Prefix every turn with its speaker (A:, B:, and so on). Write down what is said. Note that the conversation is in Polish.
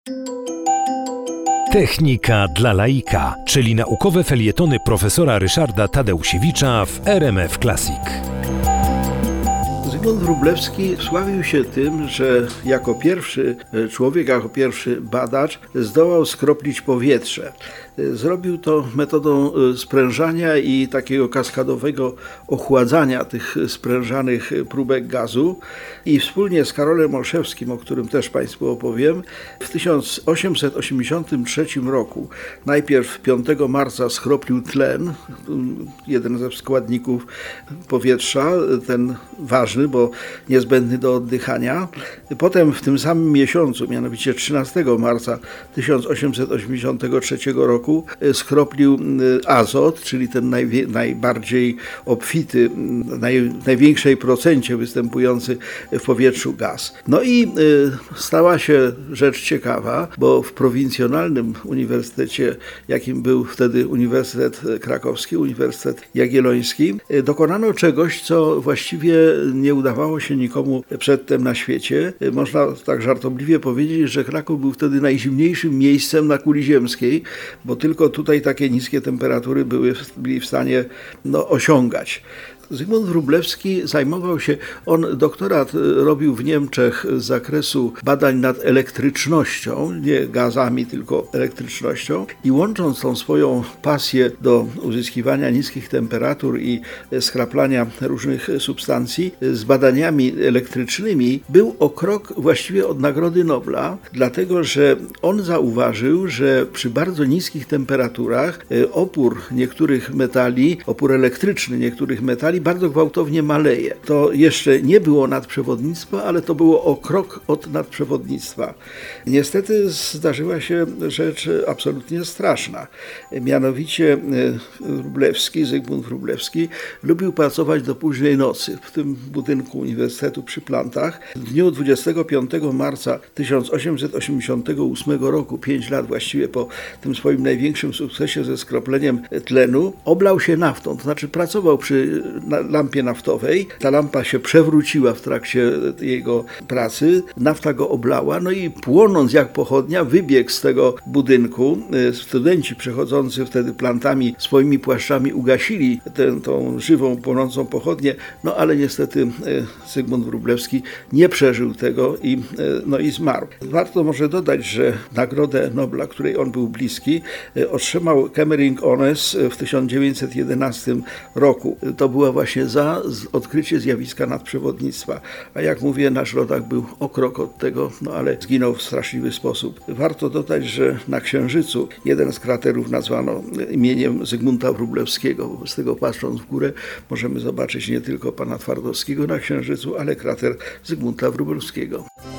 A: Technika dla laika, czyli naukowe felietony profesora Ryszarda Tadeusiewicza w RMF Classic.
B: Zygmunt Wróblewski sławił się tym, że jako pierwszy człowiek, jako pierwszy badacz zdołał skroplić powietrze. Zrobił to metodą sprężania i takiego kaskadowego ochładzania tych sprężanych próbek gazu i wspólnie z Karolem Olszewskim, o którym też Państwu opowiem, w 1883 roku najpierw 5 marca skroplił tlen, jeden ze składników powietrza, ten ważny, bo niezbędny do oddychania. Potem w tym samym miesiącu, mianowicie 13 marca 1883 roku, skroplił azot, czyli ten najbardziej obfity, największej procencie występujący w powietrzu gaz. No i stała się rzecz ciekawa, bo w prowincjonalnym uniwersytecie, jakim był wtedy Uniwersytet Krakowski, Uniwersytet Jagielloński, dokonano czegoś, co właściwie nie udawało się nikomu przedtem na świecie. Można tak żartobliwie powiedzieć, że Kraków był wtedy najzimniejszym miejscem na kuli ziemskiej, bo tylko tutaj takie niskie temperatury byli w stanie osiągać. Zygmunt Wróblewski zajmował się, on doktorat robił w Niemczech z zakresu badań nad elektrycznością, nie gazami, tylko elektrycznością, i łącząc tą swoją pasję do uzyskiwania niskich temperatur i skraplania różnych substancji z badaniami elektrycznymi, był o krok właściwie od Nagrody Nobla, dlatego że on zauważył, że przy bardzo niskich temperaturach opór niektórych metali, opór elektryczny niektórych metali bardzo gwałtownie maleje. To jeszcze nie było nadprzewodnictwa, ale to było o krok od nadprzewodnictwa. Niestety zdarzyła się rzecz absolutnie straszna. Mianowicie Zygmunt Wróblewski lubił pracować do późnej nocy w tym budynku Uniwersytetu przy Plantach. W dniu 25 marca 1888 roku, 5 lat właściwie po tym swoim największym sukcesie ze skropleniem tlenu, oblał się naftą, to znaczy pracował przy lampie naftowej. Ta lampa się przewróciła w trakcie jego pracy, nafta go oblała, no i płonąc jak pochodnia wybiegł z tego budynku. Studenci przechodzący wtedy Plantami swoimi płaszczami ugasili tą żywą, płonącą pochodnię, no ale niestety Zygmunt Wróblewski nie przeżył tego i zmarł. Warto może dodać, że Nagrodę Nobla, której on był bliski, otrzymał Kemmering-Onnes w 1911 roku. To była właśnie za odkrycie zjawiska nadprzewodnictwa. A jak mówię, nasz rodak był o krok od tego, ale zginął w straszliwy sposób. Warto dodać, że na Księżycu jeden z kraterów nazwano imieniem Zygmunta Wróblewskiego. Wobec tego, patrząc w górę, możemy zobaczyć nie tylko pana Twardowskiego na Księżycu, ale krater Zygmunta Wróblewskiego.